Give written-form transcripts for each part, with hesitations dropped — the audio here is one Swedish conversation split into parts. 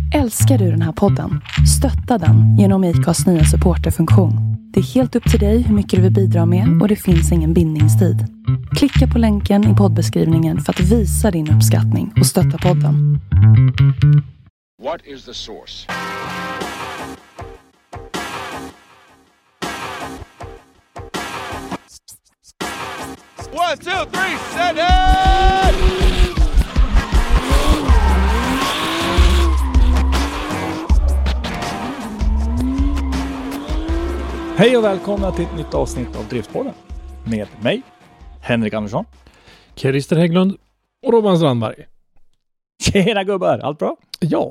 Älskar du den här podden? Stötta den genom IKAs nya supporterfunktion. Det är helt upp till dig hur mycket du vill bidra med och det finns ingen bindningstid. Klicka på länken i poddbeskrivningen för att visa din uppskattning och stötta podden. What is the source? One, two, three, set it! Hej och välkomna till ett nytt avsnitt av Driftpodden. Med mig, Henrik Andersson. Christer Hägglund. Och Robban Strandberg. Tjena gubbar, allt bra? Ja.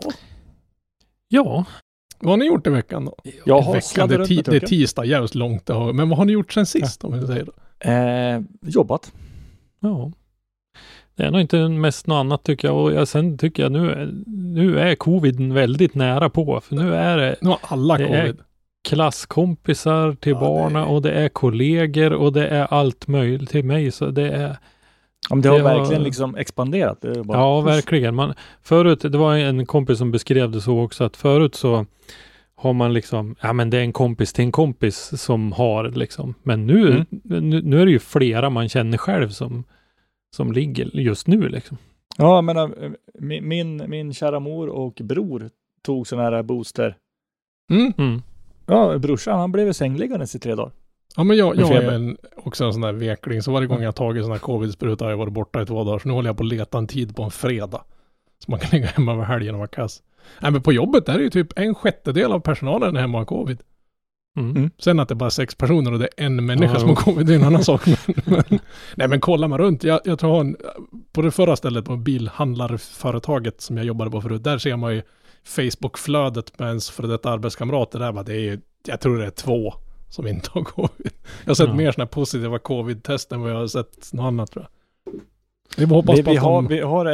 Vad har ni gjort i veckan då? Jag har det är tisdag, jävligt långt. Men vad har ni gjort sen sist? Om vi säger det? Jobbat. Ja. Det är nog inte mest något annat tycker jag. Och sen tycker jag nu är covid väldigt nära på. För nu är det... Nu har alla covid. Är klasskompisar till barna och det är kollegor och det är allt möjligt till mig. Så det är... Det har verkligen liksom expanderat. Det är bara ja, verkligen. Förut, det var en kompis som beskrev det så också, att förut så har man liksom, ja men det är en kompis till en kompis som har liksom. Men nu är det ju flera man känner själv som ligger just nu liksom. Ja, jag menar, min kära mor och bror tog sådana här booster. Ja, brorsan, han blev sängliggandes i 3 dagar. Ja, men jag är också en sån där vekling. Så varje gång jag har tagit sån här covid-spruta har jag varit borta i 2 dagar. Så nu håller jag på att leta en tid på en fredag. Så man kan ligga hemma över helgen och vara kass. Nej, men på jobbet är det ju typ 1/6 av personalen hemma har covid. Sen att det är bara 6 personer och det är en människa som har covid, det är en annan sak. Men kollar man runt. Jag tror på det förra stället på bilhandlarföretaget som jag jobbade på förut. Där ser man ju Facebook-flödet med ens för detta arbetskamrater. Där det är ju, jag tror det är 2 som inte har covid. Jag har sett mer sådana positiva covid-test än vad jag har sett något annat, tror jag. Vi har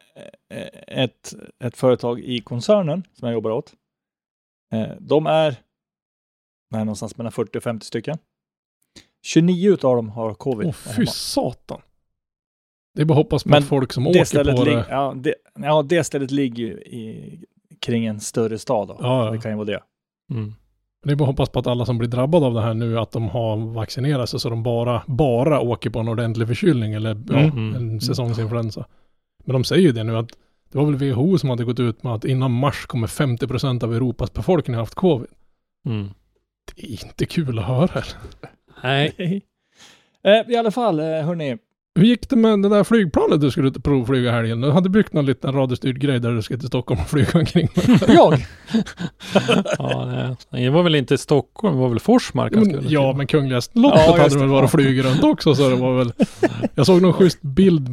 ett företag i koncernen som jag jobbar åt. De är någonstans mellan 40 och 50 stycken. 29 utav dem har covid. Fy satan. Det är bara hoppas på folk som åker på det. Det stället ligger ju kring en större stad då. Ja. Det kan ju vara det. Det är bara hoppas på att alla som blir drabbade av det här nu, att de har vaccinerat sig så de bara åker på en ordentlig förkylning eller en säsongsinfluensa. Men de säger ju det nu att det var väl WHO som hade gått ut med att innan mars kommer 50% av Europas befolkning ha haft covid. Det är inte kul att höra. Nej. I alla fall, hörni. Hur gick det med det där flygplanet du skulle provflyga helgen? Du hade byggt någon liten radiostyrd grej där du skulle till Stockholm och flyga omkring. Jag? Det var väl inte Stockholm, det var väl Forsmark. Men Kungliga slottet hade väl varit flyger runt också. Så det var väl... Jag såg någon schysst bild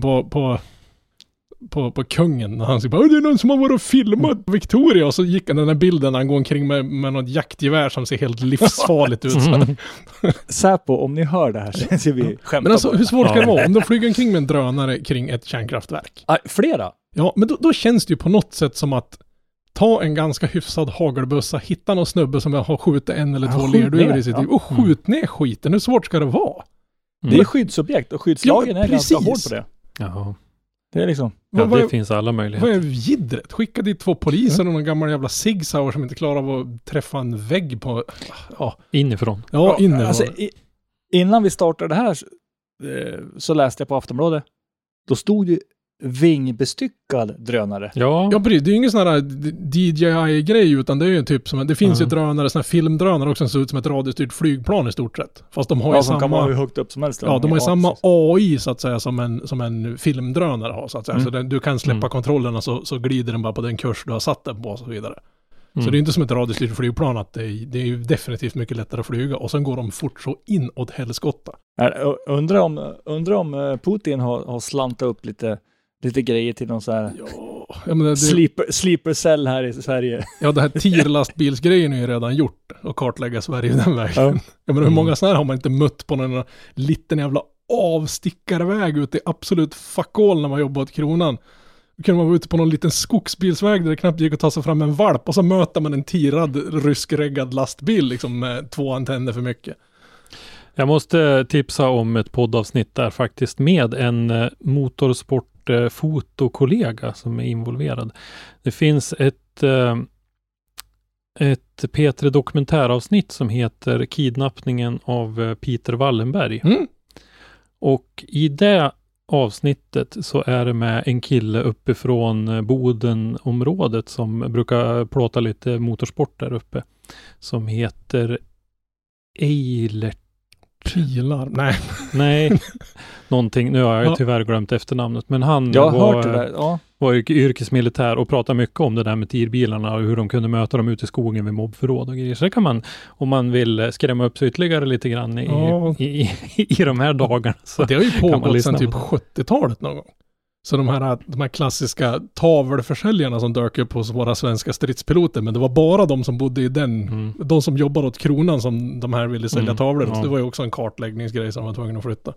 på kungen när han sa bara, det är någon som har varit och filmat Victoria, och så gick den här bilden när han går omkring med något jaktgevär som ser helt livsfarligt ut. Säpo, om ni hör det här så ser vi skämta. Men alltså, hur svårt ska det vara om de flyger omkring med en drönare kring ett kärnkraftverk? Flera? Ja, men då känns det ju på något sätt som att ta en ganska hyfsad hagelbössa, hitta någon snubbe som har skjutit 1 eller 2 lerduvor i sitt liv och skjut ner skiten. Hur svårt ska det vara? Det är skyddsobjekt och skyddslagen är ganska hård på det. Jaha. Det är liksom... det finns alla möjligheter. Vad är giddret? Skicka dit 2 poliser och någon gammal jävla Sig Sauer som inte klarar av att träffa en vägg på... Inifrån. Ja, inifrån. Alltså, innan vi startade det här så läste jag på Aftonbladet. Då stod ju vingbestyckad drönare. Ja, det är ju ingen sån här DJI-grej, utan det är ju typ som... Det finns ju drönare, såna här filmdrönare också som ser ut som ett radiostyrt flygplan i stort sett. Fast de har ju samma... kan man ha hur högt upp som helst. Ja, de har ju samma AI så att säga som en filmdrönare har så att säga. Så du kan släppa kontrollerna så glider den bara på den kurs du har satt den på och så vidare. Så det är inte som ett radiostyrt flygplan att det är ju definitivt mycket lättare att flyga, och sen går de fort så in åt helskotta. Undrar om Putin har slantat upp lite grejer till någon så här sleeper cell här i Sverige. Ja, det här TIR-lastbilsgrejen är ju redan gjort och kartlägga Sverige den vägen. Ja, men hur många sådana här har man inte mött på någon liten jävla avstickarväg ute i absolut fuck all när man jobbar åt Kronan. Då kunde man vara ute på någon liten skogsbilsväg där det knappt gick att ta sig fram en valp, och så möter man en tirad ryskreggad lastbil liksom med 2 antenner för mycket. Jag måste tipsa om ett poddavsnitt där faktiskt med en motorsportfotokollega som är involverad. Det finns ett ett P3 dokumentäravsnitt som heter Kidnappningen av Peter Wallenberg. Och i det avsnittet så är det med en kille uppifrån Bodenområdet som brukar plåta lite motorsport där uppe. Som heter Eilert Pilar. Nej. Någonting. Nu har jag tyvärr glömt efternamnet. Men han var yrkesmilitär och pratade mycket om det där med tirbilarna och hur de kunde möta dem ute i skogen vid mobbförråd och grejer. Så det kan man, om man vill skrämma upp sig ytterligare lite grann i de här dagarna. Så det har ju pågått sedan typ 70-talet någon gång. Så de här klassiska tavelförsäljarna som dök upp hos våra svenska stridspiloter, men det var bara de som bodde i de som jobbade åt kronan som de här ville sälja tavlor. Så det var ju också en kartläggningsgrej som de var tvungna att flytta.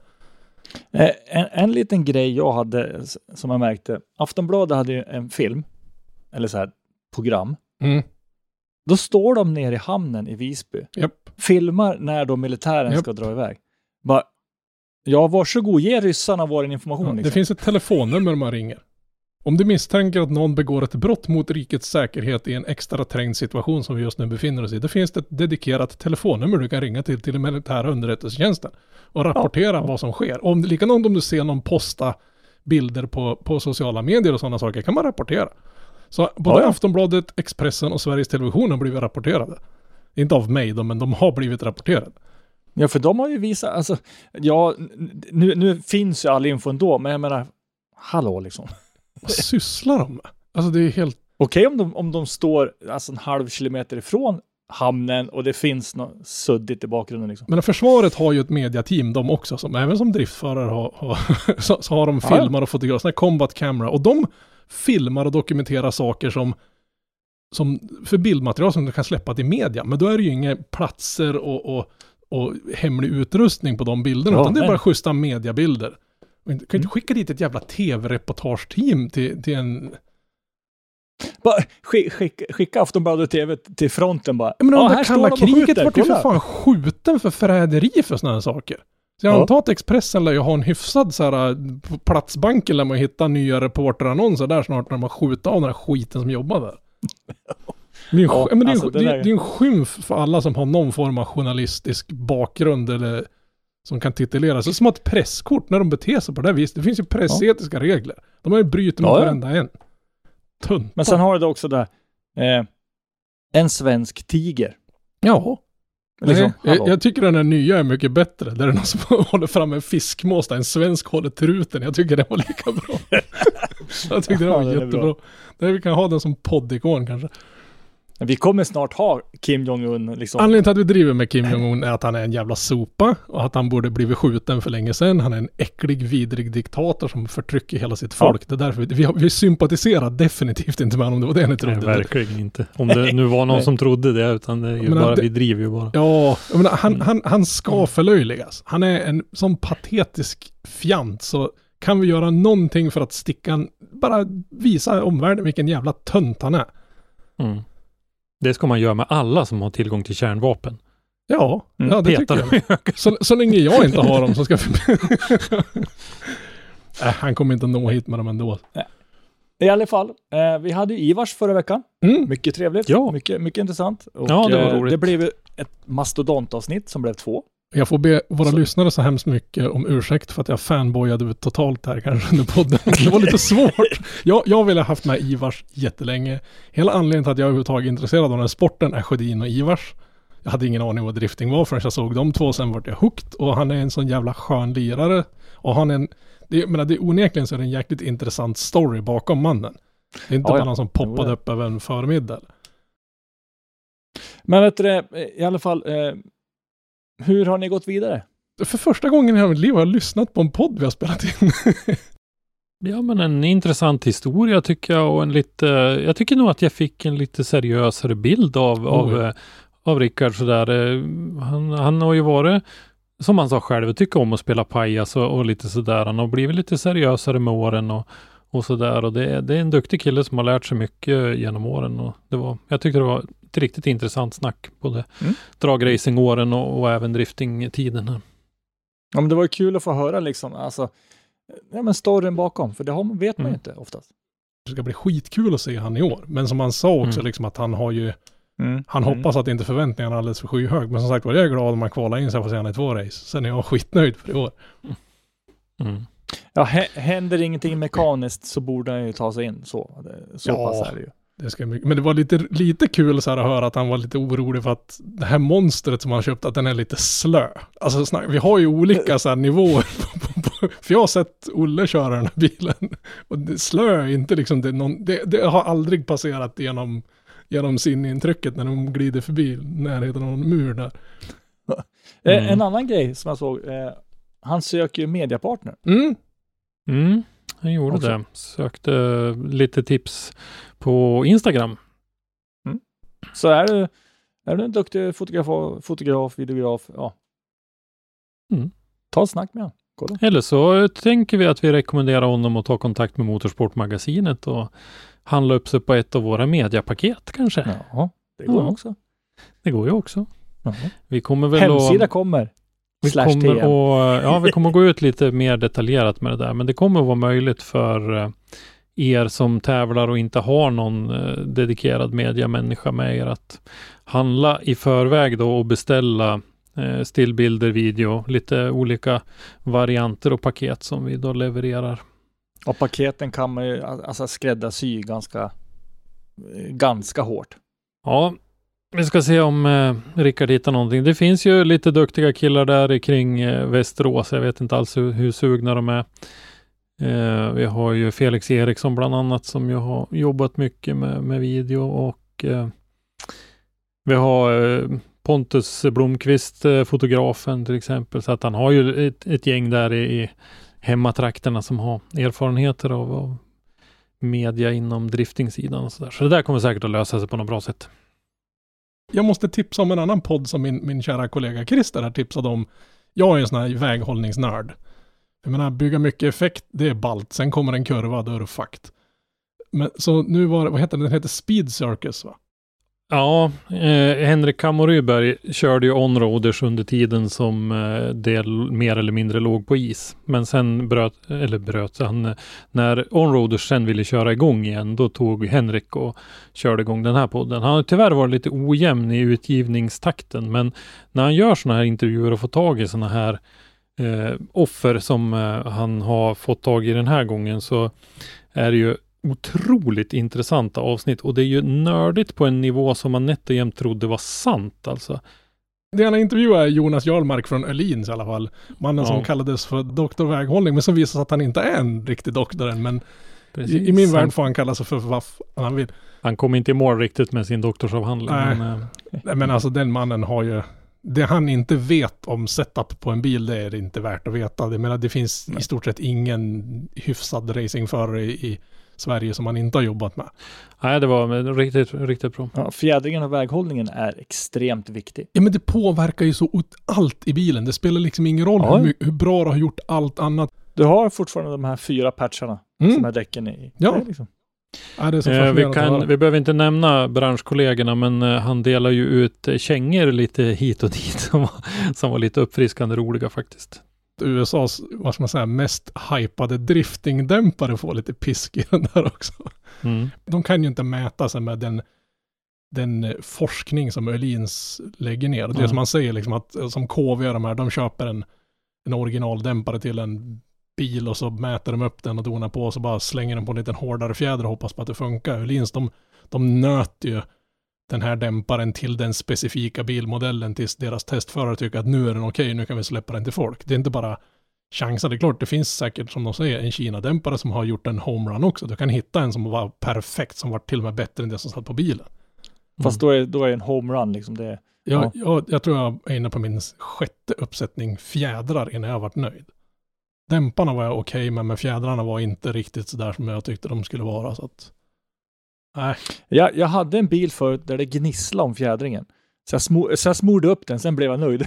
En liten grej jag hade som jag märkte. Aftonbladet hade ju en film, eller så här program. Då står de nere i hamnen i Visby. Filmar när då militären ska dra iväg. Bara, ja, varsågod, ge ryssarna vår information. Liksom. Det finns ett telefonnummer man ringer. Om du misstänker att någon begår ett brott mot rikets säkerhet i en extra trängd situation som vi just nu befinner oss i, då finns det ett dedikerat telefonnummer du kan ringa till den militära underrättelsetjänsten och rapportera vad som sker. Likadant om du ser någon posta bilder på sociala medier och sådana saker kan man rapportera. Så både Aftonbladet, Expressen och Sveriges Television har blivit rapporterade. Inte av mig då, men de har blivit rapporterade. Ja, för de har ju visat, alltså, ja, nu finns ju all info ändå, men jag menar, hallå liksom. Vad sysslar de med? Alltså det är helt... Okej om de står alltså en halv kilometer ifrån hamnen och det finns något suddigt i bakgrunden liksom. Men försvaret har ju ett mediateam de också, som även som driftförare så har de filmar och fotografer, sådana combat camera, och de filmar och dokumenterar saker som för bildmaterial som du kan släppa till media, men då är det ju inga platser och hemlig utrustning på de bilderna, utan det är bara schyssta mediabilder. Du kan inte skicka dit ett jävla tv-reportageteam till en... Bara skicka Aftonbladet TV till fronten bara. Men om det kalla kriget var ju för fan skjuten för förräderi för sådana här saker. Så jag antar att Expressen lär ju ha en hyfsad så här, på platsbanken lär man hitta nya reporterannonser där snart när man skjuter av den här skiten som jobbar där. Det är en skymf för alla som har någon form av journalistisk bakgrund eller som kan titulera sig. Som ett presskort när de beter sig på det här viset. Det finns ju pressetiska regler. De har ju bryter mot varenda en. Tunt. Men sen har det också där en svensk tiger. Ja. Liksom, jag tycker den här nya är mycket bättre. Där är någon som håller fram en fiskmås där en svensk håller truten. Jag tycker den var lika bra. Jag tyckte den var jättebra. Där vi kan ha den som poddikon kanske. Vi kommer snart ha Kim Jong-Un liksom. Anledningen till att vi driver med Kim Jong-Un är att han är en jävla sopa och att han borde blivit skjuten för länge sedan. Han är en äcklig, vidrig diktator som förtrycker hela sitt folk. Det är därför vi sympatiserar definitivt inte med honom, det var det ni trodde. Nej, verkligen inte. Om det nu var någon som trodde det, utan det är ju bara, vi driver ju bara. Ja, jag menar, han ska förlöjligas. Han är en sån patetisk fjant, så kan vi göra någonting för att bara visa omvärlden vilken jävla tönt han är. Det ska man göra med alla som har tillgång till kärnvapen. Ja, det tycker jag. Så länge jag inte har dem så ska han kommer inte nå hit med dem ändå. I alla fall, vi hade Ivars förra veckan. Mycket trevligt. Ja. Mycket intressant. Och, det var roligt. Det blev ett mastodontavsnitt som blev 2. Jag får be våra lyssnare så hemskt mycket om ursäkt för att jag fanboyade ut totalt här kanske under podden. Det var lite svårt. Jag ville ha haft med Ivars jättelänge. Hela anledningen till att jag överhuvudtaget är intresserad av den här sporten är Sjödin och Ivars. Jag hade ingen aning vad drifting var förrän jag såg de två, sen vart jag hooked. Och han är en sån jävla skön lirare. Och han är det är onekligen så är det en jäkligt intressant story bakom mannen. Det är inte bara någon som poppade upp över en förmiddag. Men vet du, i alla fall... hur har ni gått vidare? För första gången i hela mitt liv har jag lyssnat på en podd vi har spelat in. Ja, men en intressant historia tycker jag, och jag tycker nog att jag fick en lite seriösare bild av Rickard sådär. Han har ju varit, som han sa själv, tycker om att spela pajas och lite sådär. Han har blivit lite seriösare med åren och sådär, och det är en duktig kille som har lärt sig mycket genom åren, och jag tyckte det var ett riktigt intressant snack, både dragracing-åren och även drifting-tiden här. Ja, men det var ju kul att få höra liksom, alltså, men storyn bakom, för det vet man ju inte oftast. Det ska bli skitkul att se han i år. Men som han sa också liksom att han har ju han hoppas att inte förväntningarna är alldeles för skyhög. Men som sagt var, jag är glad om man kvalar in sig för sig i 2 race. Sen är jag skitnöjd för i år. Ja, händer ingenting mekaniskt så borde han ju ta sig in. Så pass är det ju. Det ska mycket. Men det var lite kul så här att höra att han var lite orolig för att det här monstret som han köpt, att den är lite slö. Alltså vi har ju olika så här nivåer. För jag har sett Olle köra den här bilen. Och slö är inte liksom, det har aldrig passerat genom sinintrycket när de glider förbi närheten av en mur där. En annan grej som jag såg, han söker ju mediapartner. Han gjorde också det. Sökte lite tips på Instagram. Så är du en duktig fotograf, videograf, ja. Ta ett snack med honom. Kolla. Eller så tänker vi att vi rekommenderar honom att ta kontakt med Motorsportmagasinet och handla upp sig på ett av våra mediapaket kanske. Ja, det går också. Det går ju också. Vi kommer väl hemsida kommer. Vi kommer att gå ut lite mer detaljerat med det där. Men det kommer att vara möjligt för er som tävlar och inte har någon dedikerad mediamänniska med er att handla i förväg då och beställa stillbilder, video, lite olika varianter och paket som vi då levererar. Och paketen kan man ju skräddarsy ganska hårt. Ja, vi ska se om Rickard hittar någonting. Det finns ju lite duktiga killar där kring Västerås. Jag vet inte alls hur sugna de är. Vi har ju Felix Eriksson bland annat som ju har jobbat mycket med video och vi har Pontus Blomqvist, fotografen till exempel. Så att han har ju ett gäng där i hemmatrakterna som har erfarenheter av media inom driftingsidan och sådär. Så det där kommer säkert att lösa sig på något bra sätt. Jag måste tipsa om en annan podd som min kära kollega Christer har tipsat om. Jag är en sån här väghållningsnörd. Jag menar, bygga mycket effekt, det är ballt. Sen kommer en kurva, då är det fakt. Men så nu vad heter den? Heter Speed Circus, va? Ja, Henrik Kammoryberg körde ju onroaders under tiden som det mer eller mindre låg på is. Men sen bröt han, när onroaders sen ville köra igång igen, då tog Henrik och körde igång den här podden. Han har tyvärr varit lite ojämn i utgivningstakten, men när han gör såna här intervjuer och får tag i såna här offer som han har fått tag i den här gången, så är det ju otroligt intressanta avsnitt och det är ju nördigt på en nivå som man nätt och jämt trodde var sant alltså. Det han intervjuar är Jonas Jarlmark från Öhlins i alla fall. Mannen som kallades för doktor väghållning, men som visar att han inte är en riktig doktor än, men i min värld får han kalla sig för vad han vill. Han kom inte i mål riktigt med sin doktorsavhandling. Men alltså den mannen har ju det han inte vet om setup på en bil, det är inte värt att veta. Jag menar, det finns i stort sett ingen hyfsad racingförare i Sverige som man inte har jobbat med. Nej, det var riktigt bra. Ja, fjädringen och väghållningen är extremt viktig. Ja, men det påverkar ju så allt i bilen. Det spelar liksom ingen roll hur bra du har gjort allt annat. Du har fortfarande de här 4 patcharna som är däcken i. Ja. Det är liksom. Ja, det är så vi behöver inte nämna branschkollegorna, men han delar ju ut kängor lite hit och dit som var lite uppfriskande roliga faktiskt. USAs, vad ska man säga, mest hypade driftingdämpare får lite pisk i den där också. De kan ju inte mäta sig med den forskning som Öhlins lägger ner. Det är som man säger liksom att som KV de här, de köper en originaldämpare till en bil och så mäter de upp den och donar på och så bara slänger de på en liten hårdare fjäder och hoppas på att det funkar. Öhlins, de nöter ju den här dämparen till den specifika bilmodellen tills deras testförare tycker att nu är den okej, nu kan vi släppa den till folk. Det är inte bara chansa, det är klart, det finns säkert som de säger en Kina-dämpare som har gjort en homerun också. Du kan hitta en som var perfekt, som var till och med bättre än det som satt på bilen. Fast då är det en homerun liksom det. Jag tror jag är inne på min 6:e uppsättning fjädrar innan jag varit nöjd. Dämparna var jag okej, men med fjädrarna var inte riktigt så där som jag tyckte de skulle vara, så att nej. Jag hade en bil förut där det gnisslade om fjädringen. Så jag smorde upp den, sen blev jag nöjd.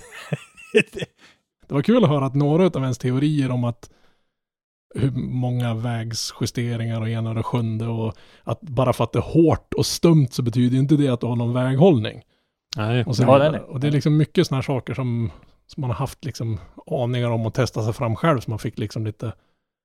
Det var kul att höra att några av ens teorier om att hur många vägsjusteringar och ena och det sjunde och att bara för att det är hårt och stumt så betyder inte det att du har någon väghållning. Nej. Och det är liksom mycket såna här saker som man har haft liksom aningar om att testa sig fram själv, så man fick liksom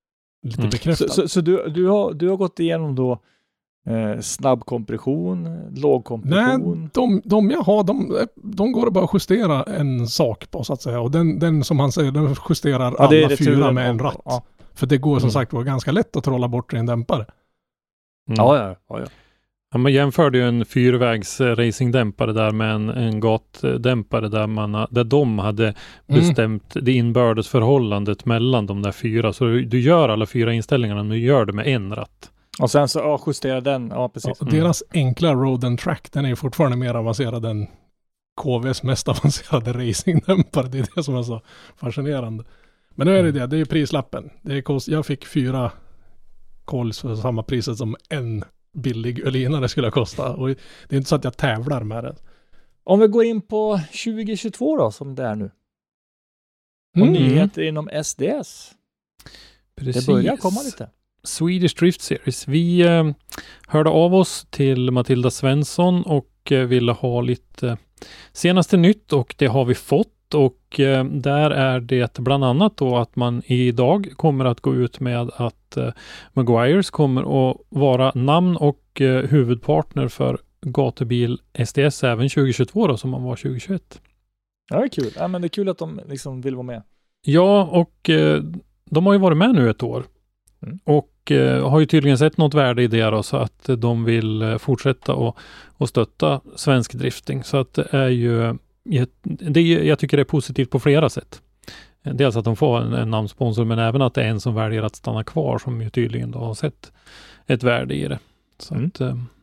lite bekräftad. Så du har gått igenom då snabb kompression, låg kompression? Nej, de jag har, de går att bara justera en sak på så att säga. Och den som han säger, den justerar alla 4 med en ratt. Ja. För det går som sagt var ganska lätt att trolla bort i en dämpare. Ja. Ja, man jämförde ju en 4-vägs racingdämpare där med en gatdämpare där de hade bestämt det inbördes förhållandet mellan de där 4. Så du gör alla 4 inställningarna, men du gör det med en ratt. Och sen så justerar den, precis. Ja, deras enkla Road and Track, den är ju fortfarande mer avancerad än KVs mest avancerade racingdämpare. Det är det som är så fascinerande. Men nu är det är ju prislappen. Jag fick 4 Coils för samma priset som en billig ölinare skulle kosta. Och det är inte så att jag tävlar med det. Om vi går in på 2022 då, som det är nu. Och nyheter inom SDS. Precis. Det börjar komma lite. Swedish Drift Series. Vi hörde av oss till Matilda Svensson och ville ha lite senaste nytt, och det har vi fått. Och där är det bland annat då att man idag kommer att gå ut med att Meguiars kommer att vara namn och huvudpartner för gatubil SDS även 2022 då, som man var 2021. Ja, det är kul. Ja, men det är kul att de liksom vill vara med. Ja, och de har ju varit med nu ett år. Och har ju tydligen sett något värde i det då, så att de vill fortsätta och stötta svensk drifting. Så att det är ju jag tycker det är positivt på flera sätt. Dels att de får en namnsponsor, men även att det är en som väljer att stanna kvar, som ju tydligen då har sett ett värde i det. Så att,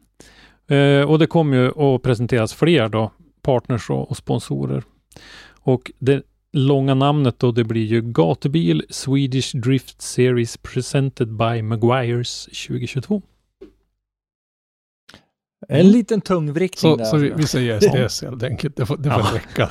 och det kommer ju att presenteras fler då, partners och sponsorer. Och det långa namnet då, det blir ju Gatubil Swedish Drift Series presented by Meguiars 2022. En liten tungvrickning där. Så vi säger SDS helt enkelt. Det får räcka.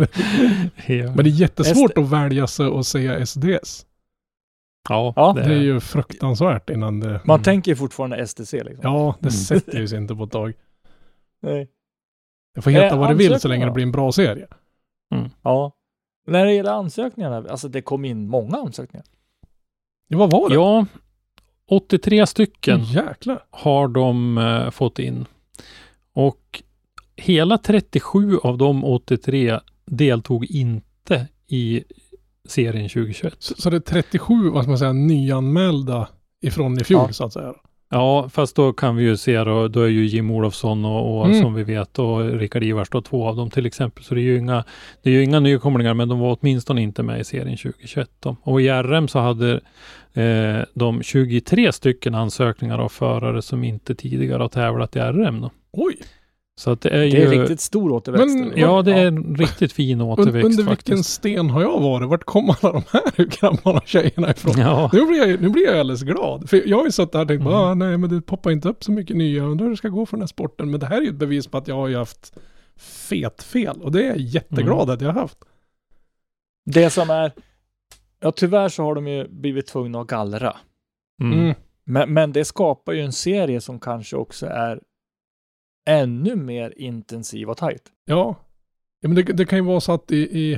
Men det är jättesvårt att välja sig och säga SDS. Ja, det är ju fruktansvärt innan det... Man tänker ju fortfarande STC liksom. Ja, det sätter ju sig inte på ett tag. Nej. Det får heta vad det vill så länge det blir en bra serie. Ja. När det gäller ansökningarna, alltså det kom in många ansökningar. Ja, vad var det? Ja, 83 stycken har de fått in. Och hela 37 av de 83 deltog inte i serien 2021. Så det är 37, vad ska man säga, nyanmälda ifrån i fjol så att säga? Ja, fast då kan vi ju se då är ju Jim Olofsson och som vi vet, och Rickard Ivars då, 2 av dem till exempel. Så det är ju inga nykomlingar, men de var åtminstone inte med i serien 2021 då. Och i RM så hade de 23 stycken ansökningar av förare som inte tidigare har tävlat i RM då. Oj! Så att det är riktigt stor återväxt. Det är en riktigt fin återväxt under faktiskt. Vilken sten har jag varit? Vart kommer alla de här grabbarna och tjejerna ifrån? Ja. Nu blir jag alldeles glad. För jag har ju satt där och tänkt, nej men det poppar inte upp så mycket nya. Jag undrar hur det ska gå för den här sporten. Men det här är ju ett bevis på att jag har ju haft fel. Och det är jag jätteglad att jag har haft. Det som är... Ja, tyvärr så har de ju blivit tvungna att gallra. Men det skapar ju en serie som kanske också är ännu mer intensiv och tajt. Ja, men det kan ju vara så att i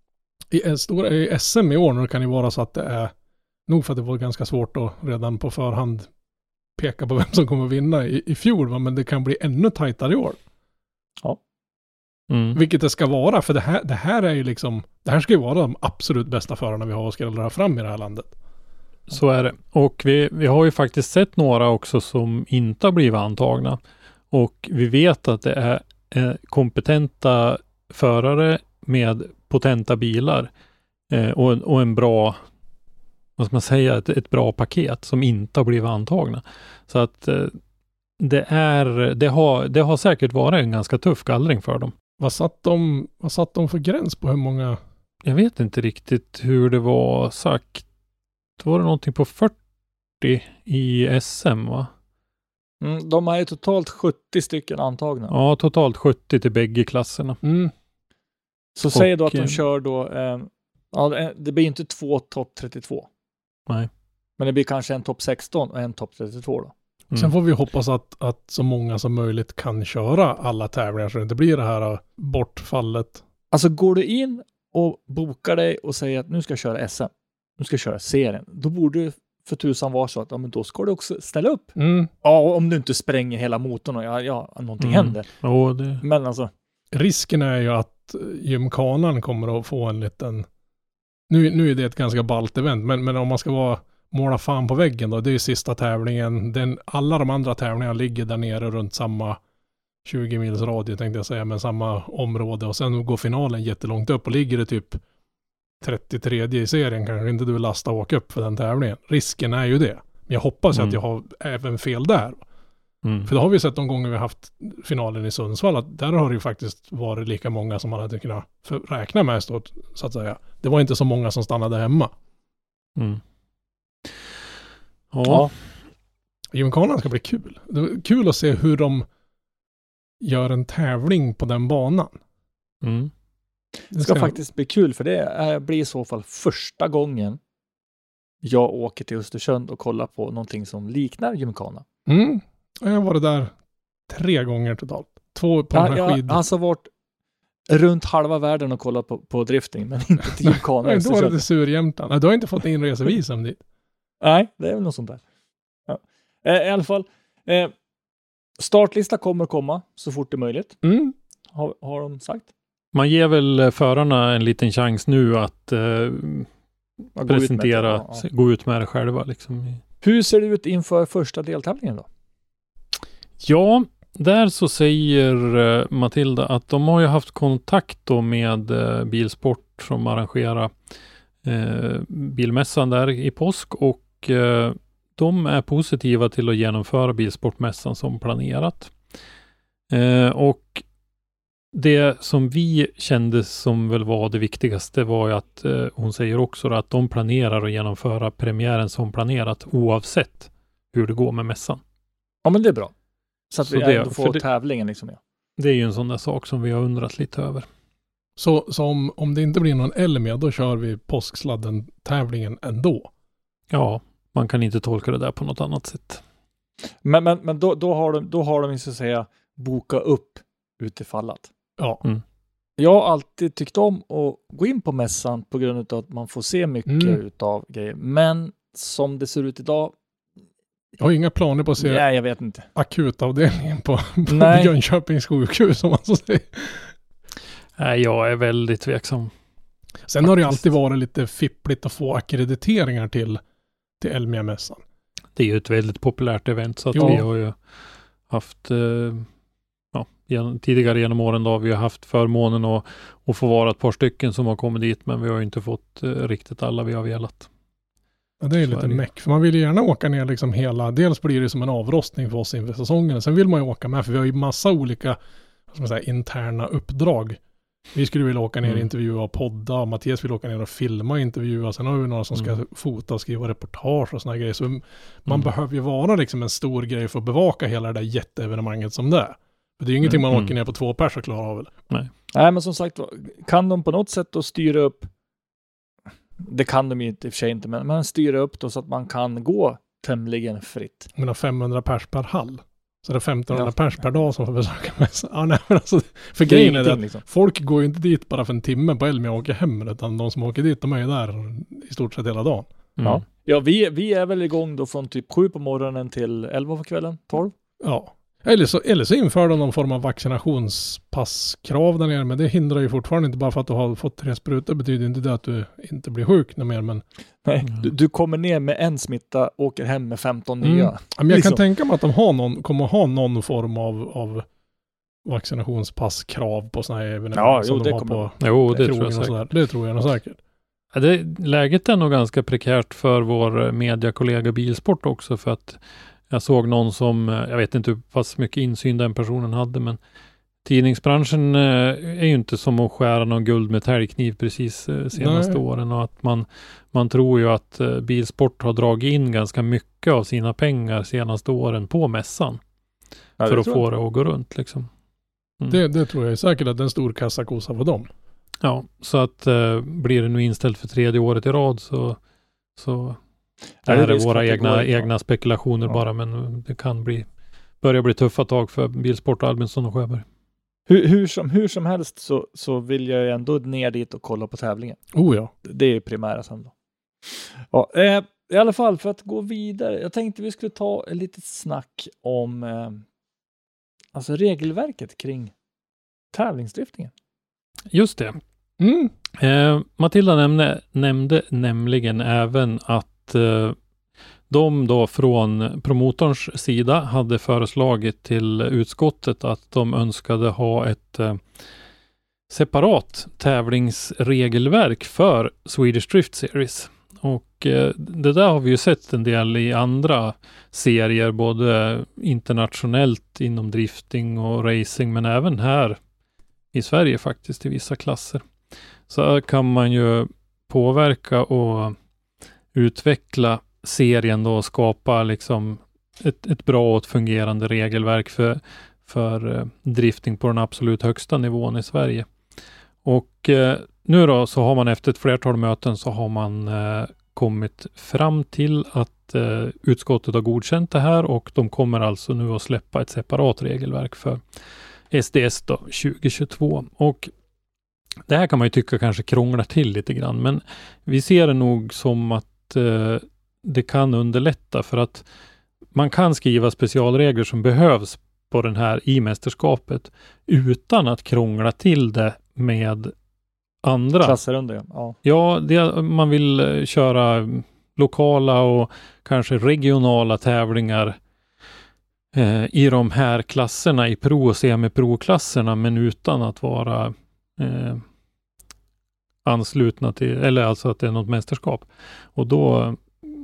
SM i år nu kan det vara så att det är nog för att det var ganska svårt att redan på förhand peka på vem som kommer vinna i fjol, men det kan bli ännu tajtare i år. Ja. Vilket det ska vara, för det här är ju liksom, det här ska ju vara de absolut bästa förarna vi har och ska dra fram i det här landet. Så är det. Och vi har ju faktiskt sett några också som inte har blivit antagna. Och vi vet att det är kompetenta förare med potenta bilar och en bra, vad ska man säga, ett bra paket som inte har blivit antagna. Så att det har säkert varit en ganska tuff gallring för dem. Vad satt de för gräns på hur många? Jag vet inte riktigt hur det var sagt. Det var någonting på 40 i SM, va? De har ju totalt 70 stycken antagna. Ja, totalt 70 till bägge klasserna. Så säg då att de kör då... det blir inte 2 topp 32. Nej. Men det blir kanske en topp 16 och en topp 32 då. Sen får vi hoppas att så många som möjligt kan köra alla tävlingar så det inte blir det här bortfallet. Alltså går du in och bokar dig och säger att nu ska jag köra SM, nu ska jag köra serien, då borde du för tusan var så att men då ska du också ställa upp. Mm. Ja, om du inte spränger hela motorn och någonting händer. Men alltså. Risken är ju att gymkanan kommer att få en liten... Nu är det ett ganska ballt event, men om man ska måla fan på väggen då, det är ju sista tävlingen. Alla de andra tävlingarna ligger där nere runt samma 20 mils radie tänkte jag säga, men samma område. Och sen går finalen jättelångt upp och ligger det typ 33 i serien, kanske inte du lasta och åka upp för den tävlingen. Risken är ju det. Men jag hoppas att jag har även fel där. För då har vi sett de gånger vi haft finalen i Sundsvall att där har det ju faktiskt varit lika många som man hade kunnat räkna med så att säga. Det var inte så många som stannade hemma. Ja. Gymkanan ska bli kul. Det är kul att se hur de gör en tävling på den banan. Det ska faktiskt bli kul, för det blir i så fall första gången jag åker till Östersund och kollar på någonting som liknar gymkana. Jag har varit där 3 gånger totalt. 2 på den här skidor. Jag har alltså varit runt halva världen och kollat på drifting, men inte till gymkana. Nej, då är det Surjämtan. Du har inte fått inresevisum dit. Nej, det är väl något sånt där. Ja. I alla fall, startlista kommer komma så fort det är möjligt. Har de sagt. Man ger väl förarna en liten chans nu att presentera, gå ut med det själva. Liksom. Hur ser det ut inför första deltävlingen då? Ja, där så säger Matilda att de har ju haft kontakt då med Bilsport som arrangerar bilmässan där i påsk, och de är positiva till att genomföra Bilsportmässan som planerat. Och det som vi kände som väl var det viktigaste var ju att hon säger också att de planerar att genomföra premiären som planerat oavsett hur det går med mässan. Ja, men det är bra. Så att vi ändå får det, tävlingen liksom. Ja. Det är ju en sån där sak som vi har undrat lite över. Så om det inte blir någon Elmia, då kör vi påsksladden-tävlingen ändå? Ja, man kan inte tolka det där på något annat sätt. Men då har de så att säga boka upp utifallat. Ja. Jag har alltid tyckt om att gå in på mässan på grund av att man får se mycket utav grejer. Men som det ser ut idag. Jag har inga planer på att se jag vet inte. Akutavdelningen på Jönköpings sjukhus, som man så säger. Nej, jag är väldigt tveksam. Sen har det alltid varit lite fippligt att få akkrediteringar till Elmia-mässan. Det är ju ett väldigt populärt event, så att vi har ju haft tidigare genom åren då har vi haft förmånen att få vara ett par stycken som har kommit dit, men vi har ju inte fått riktigt alla vi har velat. Ja, det är lite meck, för man vill ju gärna åka ner liksom hela, dels blir det som en avrostning för oss inför säsongen, sen vill man ju åka med, för vi har ju massa olika interna uppdrag. Vi skulle vilja åka ner och intervjua och podda, Mattias vill åka ner och filma och intervjua, sen har vi några som ska fota och skriva reportage och såna grejer, så man behöver ju vara liksom en stor grej för att bevaka hela det där jätteevenemanget som det är. För det är ju ingenting man åker ner på 2 pers och klarar av. Nej, men som sagt, kan de på något sätt då styra upp, det kan de ju inte i och för sig inte, men styra upp då så att man kan gå tämligen fritt. Men har 500 pers per hall. Så det är 1500 pers per dag som får besöka mässan. Ja, nej, men alltså, för grejen är det att liksom. Folk går ju inte dit bara för en timme på Elmia och åker hem, utan de som åker dit, de är ju där i stort sett hela dagen. Ja, vi är väl igång då från typ 7 på morgonen till 11 på kvällen, 12. Ja. Eller så inför de någon form av vaccinationspasskrav där nere, men det hindrar ju fortfarande inte, bara för att du har fått 3 sprutor betyder inte det att du inte blir sjuk mer, men... Nej, du kommer ner med en smitta, åker hem med 15 nya. Men jag kan tänka mig att de kommer ha någon form av vaccinationspasskrav på såna här evenemang som de har på krogen och sådär. Det tror jag nog säkert. Ja, läget är nog ganska prekärt för vår mediakollega Bilsport också, för att jag såg någon som, jag vet inte hur pass mycket insyn den personen hade, men tidningsbranschen är ju inte som att skära någon guld med täljkniv precis senaste åren, och att man tror ju att Bilsport har dragit in ganska mycket av sina pengar senaste åren på mässan för att få det att gå runt liksom. Det tror jag är säkert att det är en stor kassakossa för dem. Ja, så att blir det nu inställt för 3:e året i rad så det här är våra egna spekulationer bara, men det kan börja bli tuffa tag för Bilsport, Albinsson och Sjöberg. Hur som helst så vill jag ändå ner dit och kolla på tävlingen. Oh ja. Det är primära sen då. Ja, i alla fall för att gå vidare. Jag tänkte vi skulle ta ett litet snack om alltså regelverket kring tävlingsdriftningen. Just det. Matilda nämnde nämligen även att de då från promotorns sida hade föreslagit till utskottet att de önskade ha ett separat tävlingsregelverk för Swedish Drift Series. Och det där har vi ju sett en del i andra serier, både internationellt inom drifting och racing, men även här i Sverige faktiskt i vissa klasser. Så kan man ju påverka och utveckla serien då och skapa liksom ett bra och fungerande regelverk för drifting på den absolut högsta nivån i Sverige. Och nu då så har man efter ett flertal möten så har man kommit fram till att utskottet har godkänt det här, och de kommer alltså nu att släppa ett separat regelverk för SDS då 2022. Och det här kan man ju tycka kanske krånglar till lite grann, men vi ser det nog som att det kan underlätta, för att man kan skriva specialregler som behövs på den här i mästerskapet utan att krångla till det med andra klasser under. Ja, man vill köra lokala och kanske regionala tävlingar i de här klasserna, i pro- och semi-pro-klasserna, men utan att vara anslutna till, eller alltså att det är något mästerskap. Och då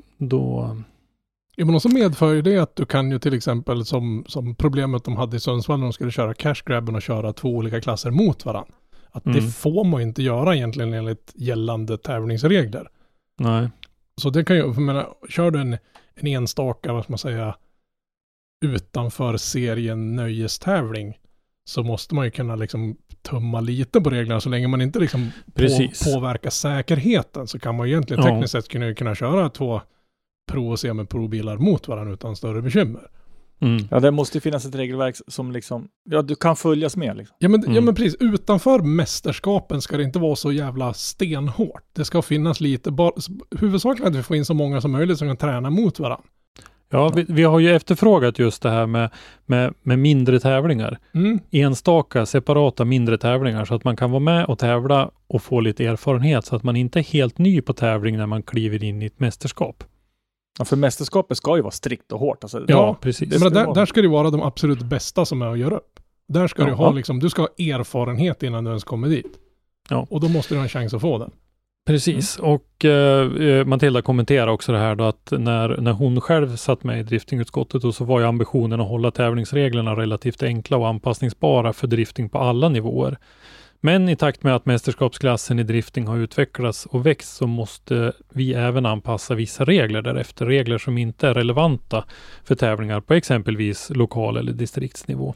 Ja, men också medför ju det att du kan ju till exempel som problemet de hade i Sundsvall när de skulle köra cash grabben och köra 2 olika klasser mot varandra. Att det får man inte göra egentligen enligt gällande tävlingsregler. Nej. Så det kan ju, för menar, kör du en enstaka, vad ska man säga, utanför serien nöjestävling, så måste man ju kunna liksom tumma lite på reglerna. Så länge man inte liksom påverkar säkerheten, så kan man ju egentligen tekniskt sett kunna köra 2 pro- och semi-pro-bilar mot varandra utan större bekymmer. Ja, det måste finnas ett regelverk som liksom, ja, du kan följas med liksom. Ja men precis, utanför mästerskapen ska det inte vara så jävla stenhårt. Det ska finnas lite, huvudsakligen att vi får in så många som möjligt som kan träna mot varandra. Ja, vi har ju efterfrågat just det här med mindre tävlingar. Enstaka, separata mindre tävlingar, så att man kan vara med och tävla och få lite erfarenhet, så att man inte är helt ny på tävling när man kliver in i ett mästerskap. Ja, för mästerskapet ska ju vara strikt och hårt. Alltså, ja, precis. Men där ska det vara de absolut bästa som är att göra upp. Där ska du ha liksom, du ska ha erfarenhet innan du ens kommer dit. Ja. Och då måste du ha en chans att få den. Precis, och Matilda kommenterar också det här då, att när hon själv satt med i driftingutskottet, och så var ju ambitionen att hålla tävlingsreglerna relativt enkla och anpassningsbara för drifting på alla nivåer. Men i takt med att mästerskapsklassen i drifting har utvecklats och växt, så måste vi även anpassa vissa regler därefter. Regler som inte är relevanta för tävlingar på exempelvis lokal- eller distriktsnivå.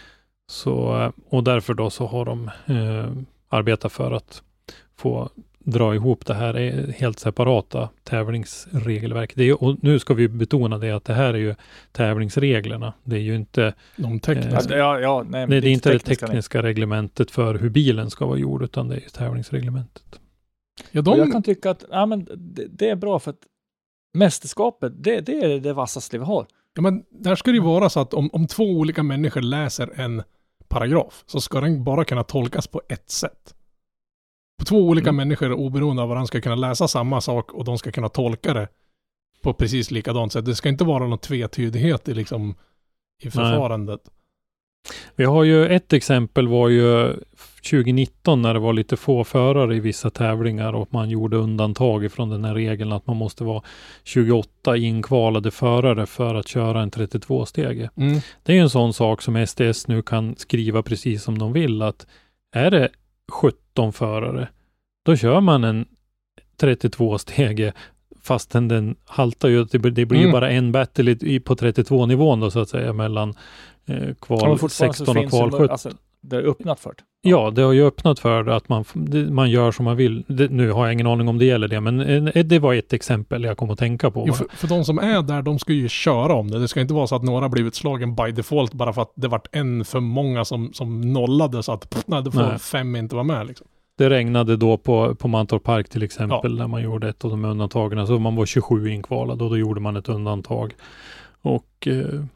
Så, och därför då så har de arbetat för att få dra ihop det här är helt separata tävlingsregelverk. Det är, och nu ska vi betona det, att det här är ju tävlingsreglerna. Det är ju inte de tekniska. Det är inte det tekniska reglementet för hur bilen ska vara gjord, utan det är ju tävlingsreglementet. Ja, jag kan tycka att det är bra, för att mästerskapet, det är det vassaste vi har. Ja, men där ska det ju vara så att om 2 olika människor läser en paragraf, så ska den bara kunna tolkas på ett sätt. 2 olika människor oberoende av varandra ska kunna läsa samma sak, och de ska kunna tolka det på precis likadant sätt. Det ska inte vara någon tvetydighet i förfarandet. Nej. Vi har ju ett exempel, var ju 2019 när det var lite få förare i vissa tävlingar, och man gjorde undantag från den här regeln att man måste vara 28 inkvalade förare för att köra en 32-stege. Det är ju en sån sak som SDS nu kan skriva precis som de vill, att är det 17 förare, då kör man en 32-stege, fastän den haltar ju, det blir ju bara en battle på 32-nivån då, så att säga, mellan kval 16 och kval 17. Alltså, det är öppnat för det. Ja, det har ju öppnat för det, att man gör som man vill. Nu har jag ingen aning om det gäller det, men det var ett exempel jag kom att tänka på. Jo, för de som är där, de ska ju köra om det. Det ska inte vara så att några blivit slagen by default bara för att det vart en för många som nollade, så att då får 5 inte vara med liksom. Det regnade då på Mantorp Park till exempel när man gjorde ett av de undantagen. Så man var 27 inkvalad och då gjorde man ett undantag. Och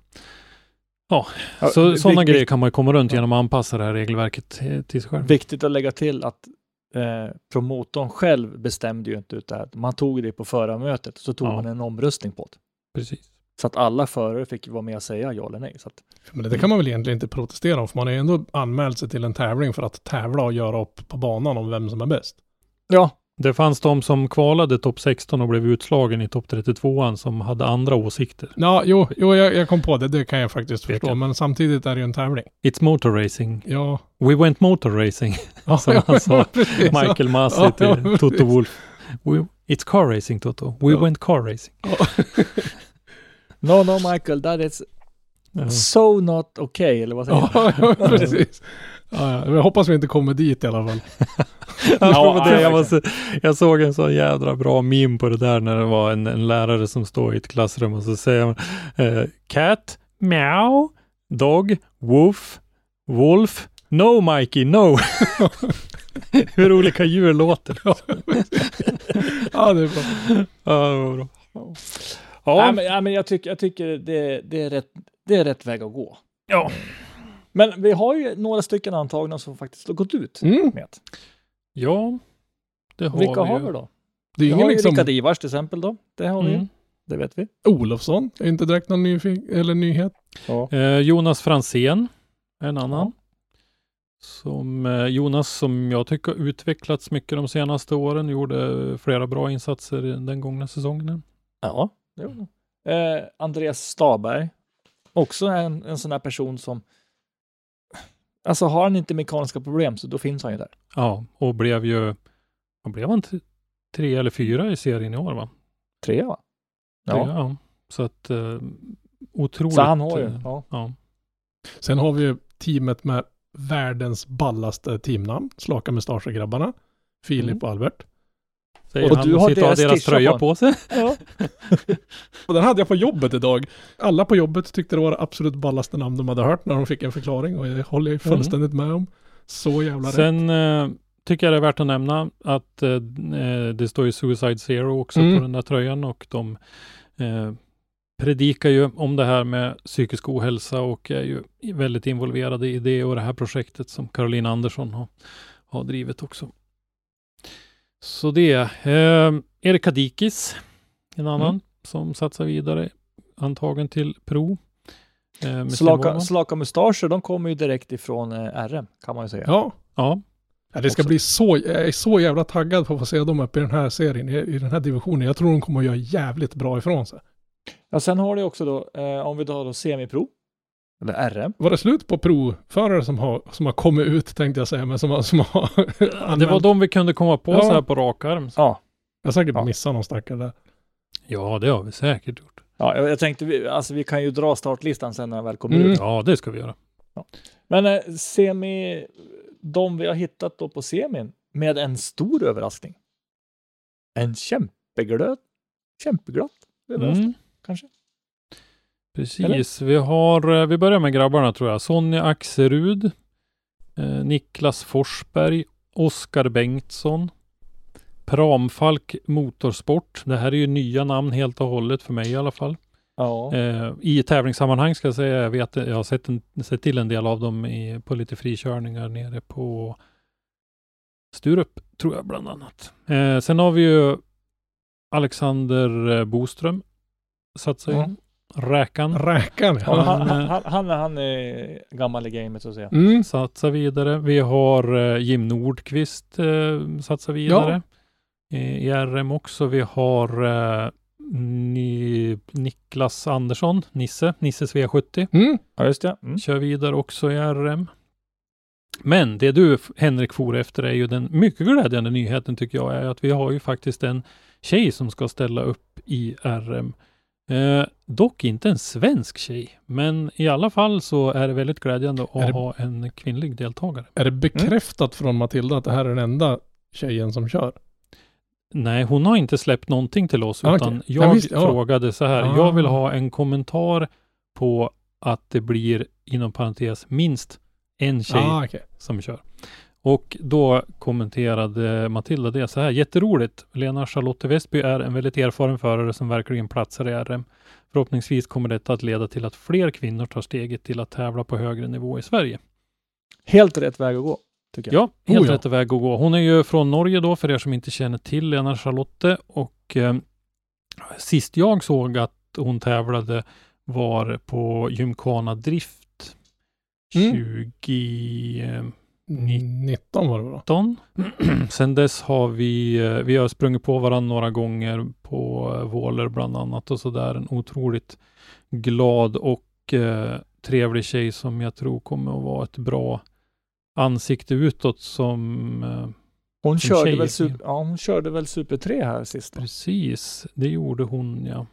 sådana grejer kan man ju komma runt genom att anpassa det här regelverket till sig själv. Viktigt att lägga till att promotorn själv bestämde ju inte ut det här. Man tog det på förarmötet så tog man en omröstning på det. Precis. Så att alla förare fick vara med och säga ja eller nej. Så att... Men det kan man väl egentligen inte protestera om, för man har ju ändå anmält sig till en tävling för att tävla och göra upp på banan om vem som är bäst. Ja. Det fanns de som kvalade topp 16 och blev utslagen i topp 32an som hade andra åsikter. Ja, jag kom på det. Det kan jag faktiskt förstå. Men samtidigt är det ju en tävling. It's motor racing. Ja. We went motor racing. Som han sa. Michael Masi till Toto Wolff. It's car racing, Toto. We went car racing. No, Michael, that is so not okay, eller vad säger du? Ja, precis. Jag hoppas vi inte kommer dit i alla fall. Jag såg en så jädra bra meme på det där när det var en lärare som står i ett klassrum och så säger han cat, meow, dog, woof, wolf, no Mikey, no. Hur olika djur låter. Ja, det är bra. Ja, det var bra. Ja. Men jag tycker det är rätt väg att gå. Ja. Men vi har ju några stycken antagna som faktiskt har gått ut med. Ja, det har Vilka vi har ju. vi då? Det är Vi ingen har ju liksom... Rickard Ivars till exempel då. Det har vi. Det vet vi. Olofsson är inte direkt någon nyhet. Ja. Jonas Fransén är en annan. Jonas som jag tycker har utvecklats mycket de senaste åren. Gjorde flera bra insatser den gångna säsongen. Ja, det gjorde Andreas Staberg. Också en sån här person som alltså har han inte mekaniska problem så då finns han ju där. Ja, och blev han 3 eller 4 i serien i år, va? 3, va? Ja. Så att otroligt. Så han har ju. Ja. Sen har vi ju teamet med världens ballaste teamnamn. Slaka mustasch-grabbarna. Filip och Albert. Och du har deras tröja på sig. Ja. Och den hade jag på jobbet idag. Alla på jobbet tyckte det var det absolut ballaste namn de hade hört när de fick en förklaring. Och det håller jag fullständigt med om. Så jävla rätt. Sen tycker jag det är värt att nämna att det står ju Suicide Zero också på den där tröjan. Och de predikar ju om det här med psykisk ohälsa och är ju väldigt involverade i det och det här projektet som Caroline Andersson har drivit också. Så det Erik Kadikis, en annan som satsar vidare, antagen till Pro. Slaka mustascher, de kommer ju direkt ifrån RM, kan man ju säga. Ja, det ska bli jag är så jävla taggad på att få se dem uppe i den här serien, i den här divisionen. Jag tror de kommer att göra jävligt bra ifrån sig. Ja, sen har det också då, om vi tar då semipro, eller RM. Var det slut på provförare som har kommit ut, tänkte jag säga, men som har det var de vi kunde komma på så här på rak arm. Ja. Jag har säkert missat någon stackare där. Ja, det har vi säkert gjort. Ja, jag tänkte, vi kan ju dra startlistan sen när den väl kommer ut. Ja, det ska vi göra. Ja. Men de vi har hittat då på semin med en stor överraskning. En kämpeglatt överraskning, kanske. Precis, vi börjar med grabbarna tror jag. Sonja Axerud, Niklas Forsberg, Oskar Bengtsson, Pramfalk Motorsport. Det här är ju nya namn helt och hållet för mig i alla fall. Ja. I tävlingssammanhang ska jag säga, jag har sett till en del av dem på lite frikörningar nere på Sturup, tror jag bland annat. Sen har vi ju Alexander Boström satt sig Räkan. Ja. Han är gammal i gamet så att säga. Satsar vidare. Vi har Jim Nordqvist satsar vidare. I RM också. Vi har Niklas Andersson, Nisses V70. Ja, just det. Kör vidare också i RM. Men det du, Henrik, for efter är ju den mycket glädjande nyheten tycker jag är att vi har ju faktiskt en tjej som ska ställa upp i RM. Dock inte en svensk tjej, men i alla fall så är det väldigt glädjande att ha en kvinnlig deltagare. Är det bekräftat från Matilda att det här är den enda tjejen som kör? Nej, hon har inte släppt någonting till oss, utan jag frågade så här. Jag vill ha en kommentar på att det blir, inom parentes, minst en tjej som kör. Och då kommenterade Matilda det så här: jätteroligt. Lena Charlotte Westby är en väldigt erfaren förare som verkligen platsar i RM. Förhoppningsvis kommer detta att leda till att fler kvinnor tar steget till att tävla på högre nivå i Sverige. Helt rätt väg att gå, tycker jag. Ja, helt rätt väg att gå. Hon är ju från Norge då, för er som inte känner till Lena Charlotte. Och sist jag såg att hon tävlade var på Gymkhana Drift 2019 var det bra. Sen dess har vi har sprungit på varandra några gånger på Våler bland annat och sådär. En otroligt glad och trevlig tjej som jag tror kommer att vara ett bra ansikte utåt som hon som körde tjej. väl hon körde väl Super 3 här sist. Precis, det gjorde hon, ja.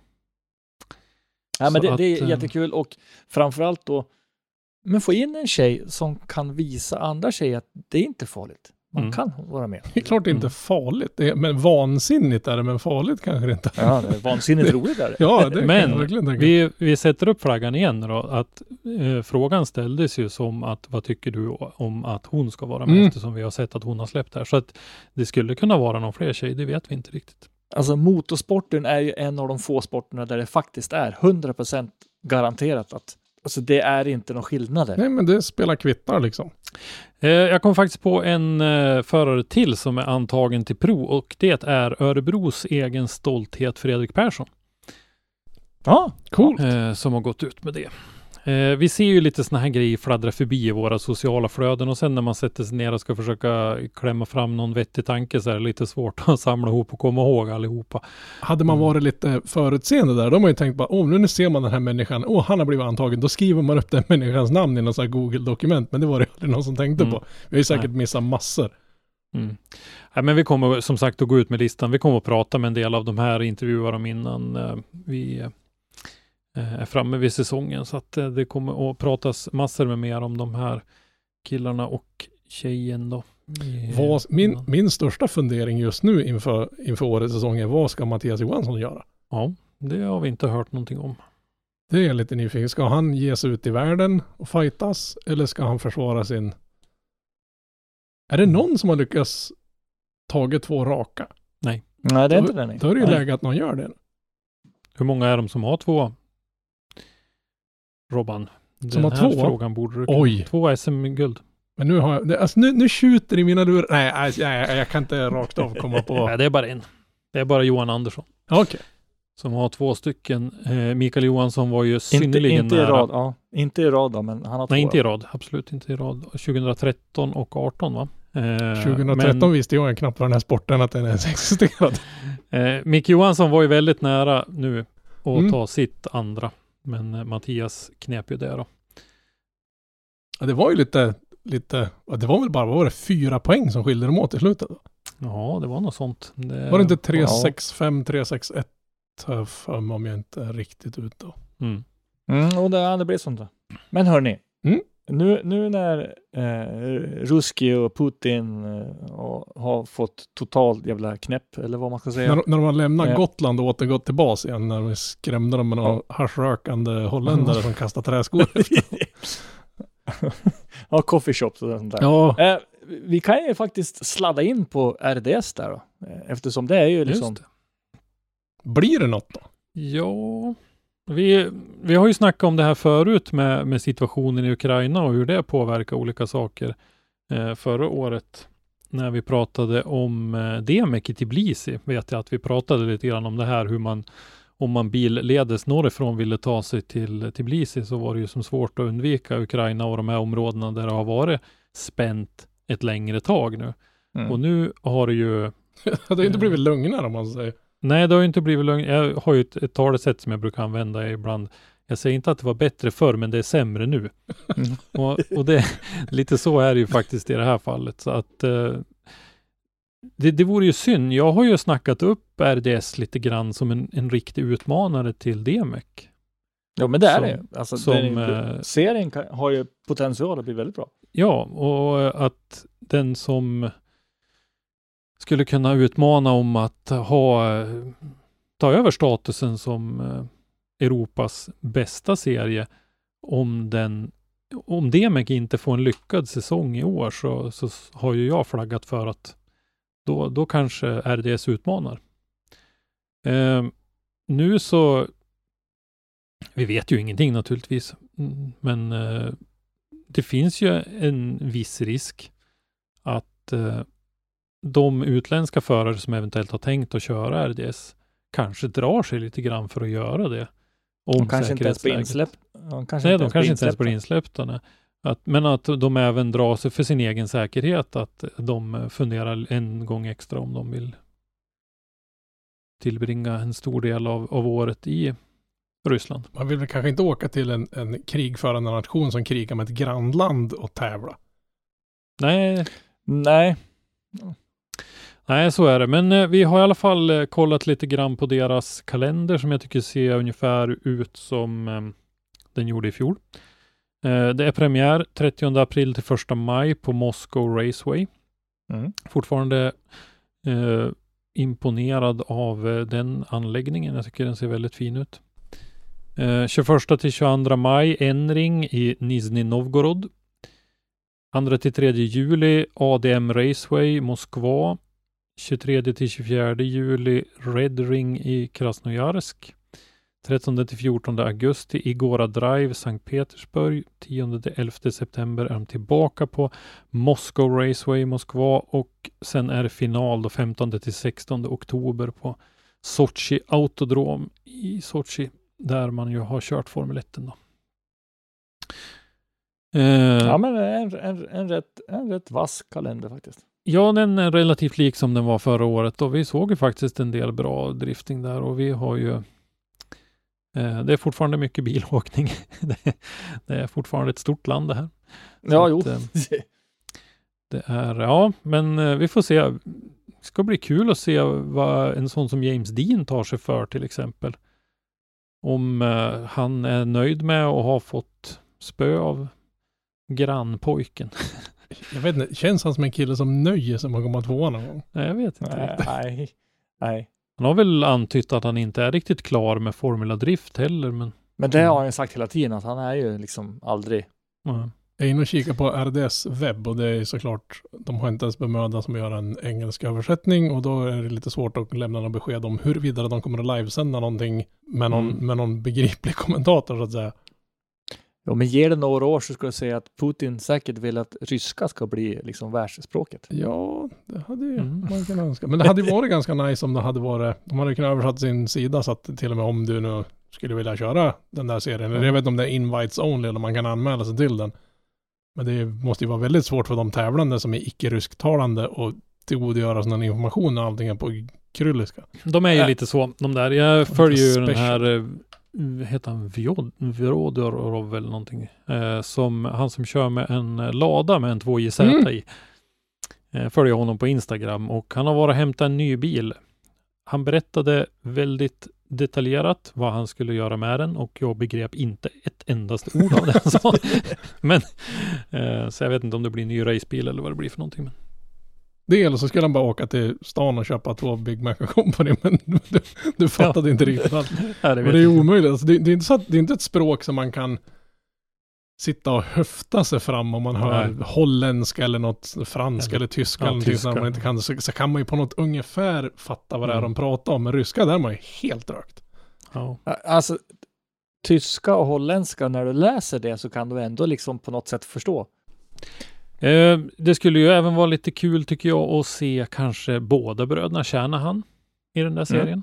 Ja, men det är att, jättekul, och framförallt då, men få in en tjej som kan visa andra tjejer att det är inte farligt. Man kan vara med. Det är klart det är inte farligt. Men vansinnigt är det, men farligt kanske det inte. Ja, det är vansinnigt roligt är det. Ja, det men kan jag verkligen tänka. vi sätter upp flaggan igen då, att frågan ställdes ju som att vad tycker du om att hon ska vara med, eftersom vi har sett att hon har släppt här. Så att det skulle kunna vara någon fler tjej, det vet vi inte riktigt. Alltså motorsporten är ju en av de få sporterna där det faktiskt är 100% garanterat att alltså det är inte någon skillnader. Nej, men det spelar kvittar liksom. Jag kom faktiskt på en förare till som är antagen till pro, och det är Örebros egen stolthet Fredrik Persson. Ja, coolt. Som har gått ut med det. Vi ser ju lite såna här grejer fladdra förbi i våra sociala flöden, och sen när man sätter sig ner och ska försöka klämma fram någon vettig tanke så är det lite svårt att samla ihop och komma ihåg allihopa. Hade man varit lite förutseende där, då har man ju tänkt bara, nu ser man den här människan, han har blivit antagen, då skriver man upp den människans namn i någon sån här Google-dokument, men det var det aldrig någon som tänkte på. Vi har ju säkert missat massor. Ja, men vi kommer som sagt att gå ut med listan. Vi kommer att prata med en del av de här, intervjuer dem innan vi är framme vid säsongen, så att det kommer att pratas massor med mer om de här killarna och tjejen då. Min största fundering just nu inför årets säsong är, vad ska Mattias Johansson göra? Ja, det har vi inte hört någonting om. Det är jag lite nyfiken. Ska han ge sig ut i världen och fightas, eller ska han försvara sin... Är det någon som har lyckats tagit 2 raka? Nej, det är inte det. Nej. Då är det ju läge att någon gör det. Hur många är de som har 2? Robban, som har 2? Frågan borde du... Oj! 2 SM-guld. Men nu har jag... Alltså nu skjuter i mina lurar. Nej, jag kan inte rakt av komma på... Nej, det är bara en. Det är bara Johan Andersson. Okej. Som har 2 stycken. Mikael Johansson var ju synnerligen inte nära. I rad, ja. Inte i rad då, men han har 2. Nej, inte i rad. Absolut inte i rad. 2013 och 18 va? 2013 visste jag knappt vad den här sporten att den ens existerade. Micke Johansson var ju väldigt nära nu att ta sitt andra. Men Mattias knep ju det då. Ja, det var ju lite... Det var väl bara, vad var det, 4 poäng som skilde dem åt i slutet då? Ja, det var något sånt. Var det inte 3-6-5, 3-6-1 för om jag inte är riktigt ute då? Och det blir sånt då. Men hörni, nu när Ruski och Putin har fått totalt jävla knäpp, eller vad man ska säga. När de lämnar Gotland och återgått till bas igen, när de skrämde dem med några haschrökande holländare som kastar träskor. Ja, coffee shops och sånt där. Ja. Vi kan ju faktiskt sladda in på RDS där då. Eftersom det är ju liksom... Blir det något då? Ja, vi har ju snackat om det här förut med situationen i Ukraina och hur det påverkar olika saker. Förra året när vi pratade om DMEC i Tbilisi, vet jag att vi pratade lite grann om det här, hur man, om man billedes norrifrån ville ta sig till Tbilisi, så var det ju som svårt att undvika Ukraina och de här områdena där det har varit spänt ett längre tag nu. Och nu har det ju... det har inte blivit lugnare om man säger. Nej, det har ju inte blivit lugnt. Jag har ju ett talesätt som jag brukar använda ibland. Jag säger inte att det var bättre förr, men det är sämre nu. Och det, lite så är det ju faktiskt i det här fallet. Så att det vore ju synd. Jag har ju snackat upp RDS lite grann som en riktig utmanare till DMEC. Ja, men det är det. Alltså, serien har ju potential att bli väldigt bra. Ja, och att den som skulle kunna utmana om att ta över statusen som Europas bästa serie, om den om Demek inte får en lyckad säsong i år så har ju jag flaggat för att då kanske RDS utmanar. Nu så vi vet ju ingenting naturligtvis, men det finns ju en viss risk att de utländska förare som eventuellt har tänkt att köra RDS kanske drar sig lite grann för att göra det. De kanske inte ens blir insläppta. De kanske inte ens blir insläppta. Men att de även drar sig för sin egen säkerhet, att de funderar en gång extra om de vill tillbringa en stor del av året i Ryssland. Man vill väl kanske inte åka till en krigförande nation som krigar med ett grannland och tävla. Nej, så är det. Men vi har i alla fall kollat lite grann på deras kalender som jag tycker ser ungefär ut som den gjorde i fjol. Det är premiär 30 april till 1 maj på Moscow Raceway. Fortfarande imponerad av den anläggningen. Jag tycker den ser väldigt fin ut. 21 till 22 maj Enring i Nizhny Novgorod. 2 till 3 juli ADM Raceway Moskva. 23 till 24 juli Red Ring i Krasnojarsk. 13 till 14 augusti Igora Drive Sankt Petersburg. 10 till 11 september är de tillbaka på Moscow Raceway Moskva, och sen är det final då 15 till 16 oktober på Sochi Autodrom i Sochi, där man ju har kört Formel 1 då. Ja, men en rätt vass kalender faktiskt. Ja, den är relativt lik som den var förra året, och vi såg ju faktiskt en del bra drifting där, och vi har ju det är fortfarande mycket bilåkning. Det är fortfarande ett stort land det här. Ja, jo. Det är, ja, men vi får se. Det ska bli kul att se vad en sån som James Dean tar sig för till exempel. Om han är nöjd med att ha fått spö av grannpojken. Jag vet inte, känns han som en kille som nöjer sig med att komma tvåa någon gång? Nej, jag vet inte. Nej. Han har väl antytt att han inte är riktigt klar med Formula Drift heller. Men det har han sagt hela tiden, att han är ju liksom aldrig... Jag är inne och kikar på RDS webb, och det är såklart, de har inte ens bemödat som att göra en engelsk översättning, och då är det lite svårt att lämna några besked om huruvida de kommer att livesända någonting med någon begriplig kommentator så att säga. Ja, men ger det några år så ska jag säga att Putin säkert vill att ryska ska bli liksom världsspråket. Ja, det hade ju man kunnat önska. Men det hade ju varit ganska nice om det hade varit, de hade kunnat översätta sin sida så att till och med om du nu skulle vilja köra den där serien. Jag vet inte om det är invites only eller man kan anmäla sig till den. Men det måste ju vara väldigt svårt för de tävlande som är icke-rysktalande och tillgodogöra sån information och allting på krylliska. De är ju lite så, de där. Jag följer ju den här heter han Vjodorov eller någonting. Han som kör med en lada med en 2JZ i. Följer honom på Instagram, och han har varit och hämtat en ny bil. Han berättade väldigt detaljerat vad han skulle göra med den, och jag begrep inte ett endast ord av det han sa. Men så jag vet inte om det blir en ny racebil eller vad det blir för någonting. Men. Det eller så skulle han bara åka till stan och köpa 2 Big Mac Company, men du fattade inte riktigt allt. Ja, det är omöjligt. Alltså, det är inte så att, det är inte ett språk som man kan sitta och höfta sig fram om man hör holländska eller något franska eller tyska eller någonting som man inte kan, så kan man ju på något ungefär fatta vad det är de pratar om. Men ryska, där är man ju helt rökt. Ja. Alltså, tyska och holländska, när du läser det så kan du ändå liksom på något sätt förstå. Det skulle ju även vara lite kul tycker jag att se kanske båda bröderna Shanahan i den där serien.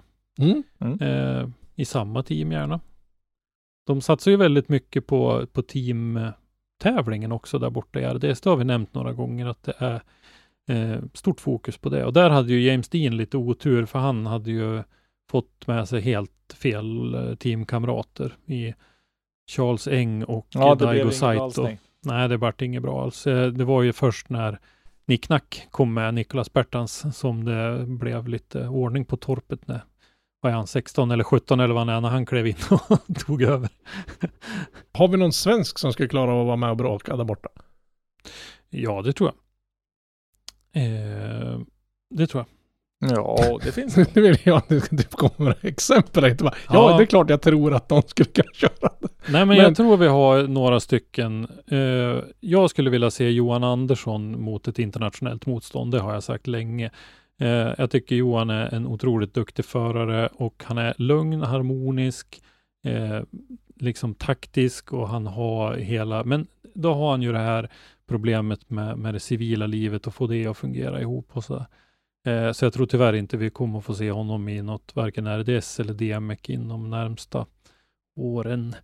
I samma team gärna. De satsar ju väldigt mycket på teamtävlingen också där borta i RDS. Det har vi nämnt några gånger att det är stort fokus på det. Och där hade ju James Dean lite otur, för han hade ju fått med sig helt fel teamkamrater i Charles Eng och Daigo Saito. Nej, det vart inget bra alls. Det var ju först när Nick Nack kom med, Nicolas Bertans, som det blev lite ordning på torpet när var han 16 eller 17 eller vad han är när han klev in och tog över. Har vi någon svensk som skulle klara av att vara med och bråka där borta? Ja, det tror jag. Det tror jag. Ja, det finns. Nu vill jag att det ska typ komma exempel. Inte bara, Ja. det är klart jag tror att de skulle kunna köra det. Nej, men jag tror vi har några stycken. Jag skulle vilja se Johan Andersson mot ett internationellt motstånd. Det har jag sagt länge. Jag tycker Johan är en otroligt duktig förare och han är lugn, harmonisk, liksom taktisk och han har hela, men då har han ju det här problemet med det civila livet och få det att fungera ihop och så. Så jag tror tyvärr inte vi kommer att få se honom i något, varken RDS eller DMEC inom närmsta åren.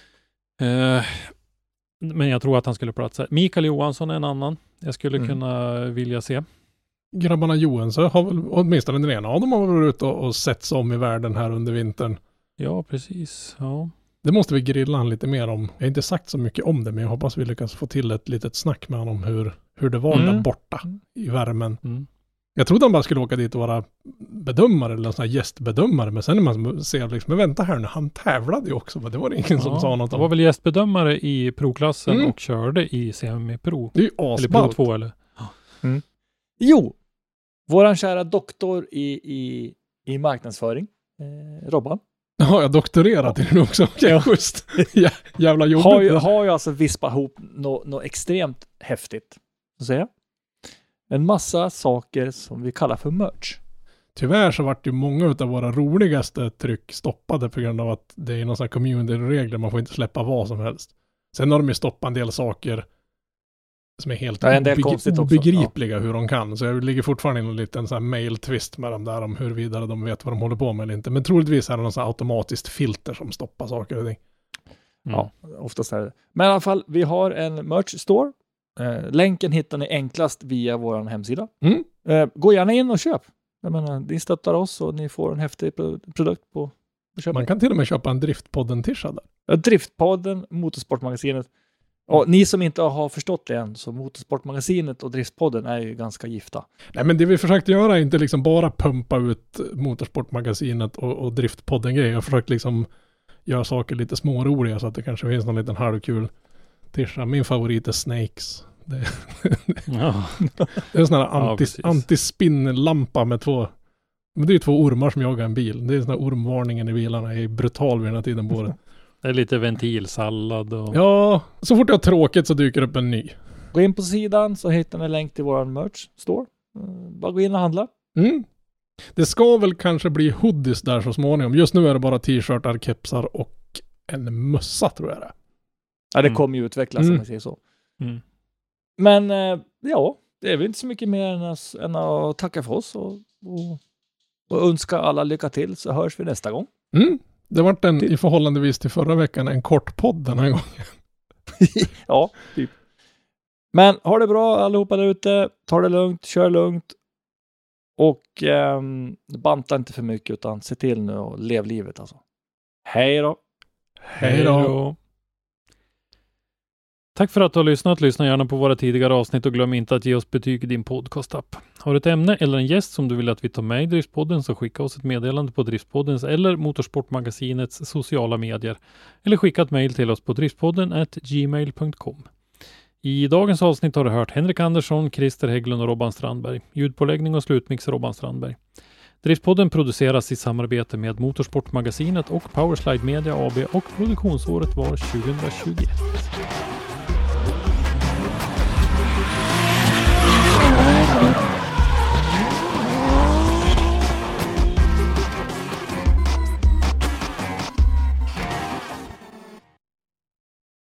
Men jag tror att han skulle platsa. Mikael Johansson är en annan jag skulle kunna vilja se. Grabbarna Johansson har väl åtminstone den ena av dem har varit ute och sett sig om i världen här under vintern. Ja, precis. Ja. Det måste vi grilla han lite mer om. Jag har inte sagt så mycket om det, men jag hoppas vi lyckas få till ett litet snack med honom hur det var där borta i värmen. Mm. Jag trodde han bara skulle åka dit och vara bedömare eller en sån här gästbedömare, men sen när man ser liksom, men vänta här nu, han tävlade ju också, det var det ingen som sa något om. Han var väl gästbedömare i proklassen och körde i semi-pro. Det är ju eller asballt. Pro 2 eller? Jo, våran kära doktor i marknadsföring, Robban. Ja, jag doktorerat i den också. Ja. Schysst. Jävla jobbigt. Har ju alltså vispat ihop något extremt häftigt. Så säger jag. En massa saker som vi kallar för merch. Tyvärr så vart ju många av våra roligaste tryck stoppade på grund av att det är någon sån här community-regler. Man får inte släppa vad som helst. Sen har de ju stoppat en del saker som är helt obegripliga hur de kan. Så jag ligger fortfarande i en liten sån här mail-twist med dem där om huruvida de vet vad de håller på med eller inte. Men troligtvis är det någon sån här automatiskt filter som stoppar saker och ting. Ja, oftast är det. Men i alla fall, vi har en merch-store. Länken hittar ni enklast via vår hemsida. Gå gärna in och köp. Jag menar, ni stöttar oss och ni får en häftig produkt på köpet. Man kan till och med köpa en Driftpodden-tisha där. Driftpodden, Motorsportmagasinet. Och ni som inte har förstått det än, så Motorsportmagasinet och Driftpodden är ju ganska gifta. Nej, men det vi försökte göra är inte liksom bara pumpa ut Motorsportmagasinet och Driftpodden-grejer. Jag har försökt liksom göra saker lite småroliga så att det kanske finns någon liten halvkul tisha. Min favorit är Snakes. Det är en sån här anti-spin-lampa med två. Men det är ju två ormar som jagar en bil. Det är sån här ormvarningen i bilarna. Jag är brutal vid den här tiden på det. Det är lite ventilsallad och... Ja, så fort det är tråkigt så dyker upp en ny. Gå in på sidan så hittar ni en länk till vår merch store. Bara gå in och handla. Det ska väl kanske bli hoodies där så småningom. Just nu är det bara t-shirtar, kepsar och en mössa tror jag det är. Ja, det kommer ju utvecklas om man säger så. Men ja, det är väl inte så mycket mer än att tacka för oss och önska alla lycka till, så hörs vi nästa gång. Det var i förhållandevis till förra veckan en kort podd den här gången. Ja, typ. Men ha det bra allihopa där ute. Ta det lugnt, kör lugnt. Och banta inte för mycket utan se till nu och lev livet alltså. Hej då! Hej då! Tack för att du har lyssnat. Lyssna gärna på våra tidigare avsnitt och glöm inte att ge oss betyg i din podcast-app. Har du ett ämne eller en gäst som du vill att vi tar med i Driftpodden, så skicka oss ett meddelande på Driftpoddens eller Motorsportmagasinets sociala medier. Eller skicka ett mejl till oss på driftpodden@gmail.com. I dagens avsnitt har du hört Henrik Andersson, Christer Hägglund och Robban Strandberg. Ljudpåläggning och slutmix Robban Strandberg. Driftpodden produceras i samarbete med Motorsportmagasinet och Powerslide Media AB och produktionsåret var 2021.